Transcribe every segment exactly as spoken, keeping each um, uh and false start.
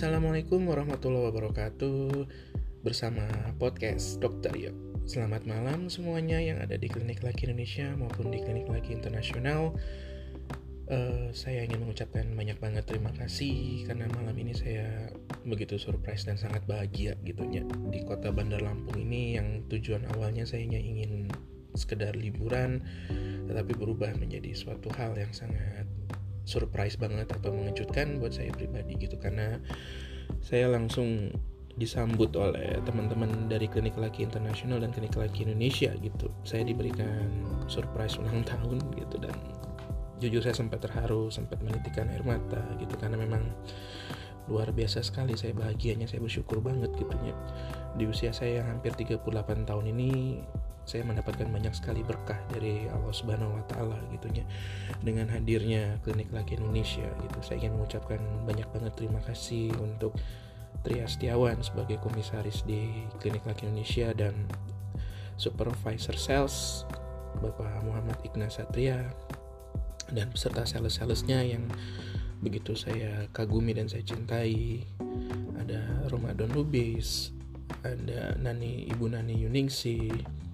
Assalamualaikum warahmatullahi wabarakatuh. Bersama podcast Dokter Yo. Selamat malam semuanya yang ada di Klinik Laki Indonesia maupun di Klinik Laki Internasional. uh, Saya ingin mengucapkan banyak banget terima kasih karena malam ini saya begitu surprise dan sangat bahagia gitunya di kota Bandar Lampung ini, yang tujuan awalnya saya hanya ingin sekedar liburan, tetapi berubah menjadi suatu hal yang sangat surprise banget atau mengejutkan buat saya pribadi gitu, karena saya langsung disambut oleh teman-teman dari Klinik Laki Internasional dan Klinik Laki Indonesia gitu. Saya diberikan surprise ulang tahun gitu, dan jujur saya sempat terharu, sempat menitikkan air mata gitu, karena memang luar biasa sekali saya bahagianya, saya bersyukur banget gitu ya. Di usia saya yang hampir tiga puluh delapan tahun ini, saya mendapatkan banyak sekali berkah dari Allah Subhanahu wa taala gitu ya. Dengan hadirnya Klinik Laki Indonesia gitu, saya ingin mengucapkan banyak banget terima kasih untuk Tria Setiawan sebagai komisaris di Klinik Laki Indonesia dan supervisor sales Bapak Muhammad Ignaz Satria, dan beserta sales-salesnya yang begitu saya kagumi dan saya cintai. Ada Ramadan Lubis, ada Nani Ibu Nani Yuningsi,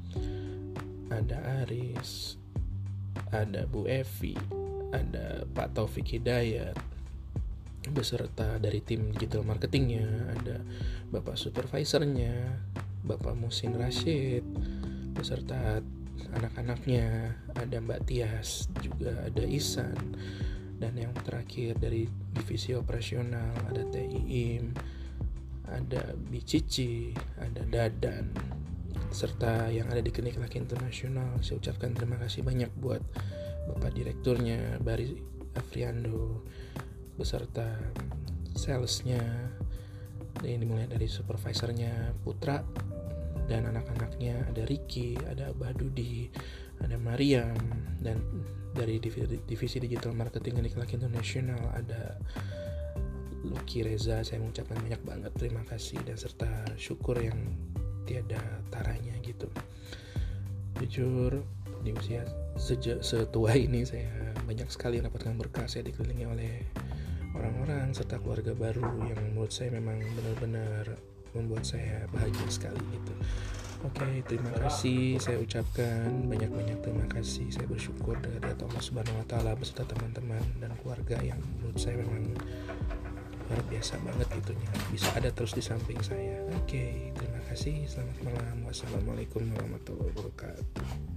ada Aris, ada Bu Evi, ada Pak Taufik Hidayat, beserta dari tim digital marketingnya, ada Bapak supervisornya, Bapak Musin Rashid, beserta anak-anaknya, ada Mbak Tias, juga ada Isan, dan yang terakhir dari divisi operasional ada T I I M, ada Bicici, ada Dadan, serta yang ada di Klinik Laki Internasional. Saya ucapkan terima kasih banyak buat Bapak Direkturnya Bari Afriando, beserta salesnya, yang dimulai dari supervisornya Putra dan anak-anaknya, ada Ricky, ada Abah Dudi, ada Mariam, dan dari divisi, divisi digital marketing Klinik Laki Internasional ada Lucky Reza. Saya mengucapkan banyak banget terima kasih dan serta syukur yang tiada taranya gitu. Jujur di usia sejak setua ini saya banyak sekali mendapatkan berkah. Saya dikelilingi oleh orang-orang serta keluarga baru yang menurut saya memang benar-benar membuat saya bahagia sekali gitu. Oke, terima kasih saya ucapkan banyak-banyak terima kasih. Saya bersyukur dari Allah Subhanahu wa taala beserta teman-teman dan keluarga yang menurut saya memang luar biasa banget gitunya, bisa ada terus di samping saya. Oke, terima kasih. Selamat malam. Wassalamualaikum warahmatullahi wabarakatuh.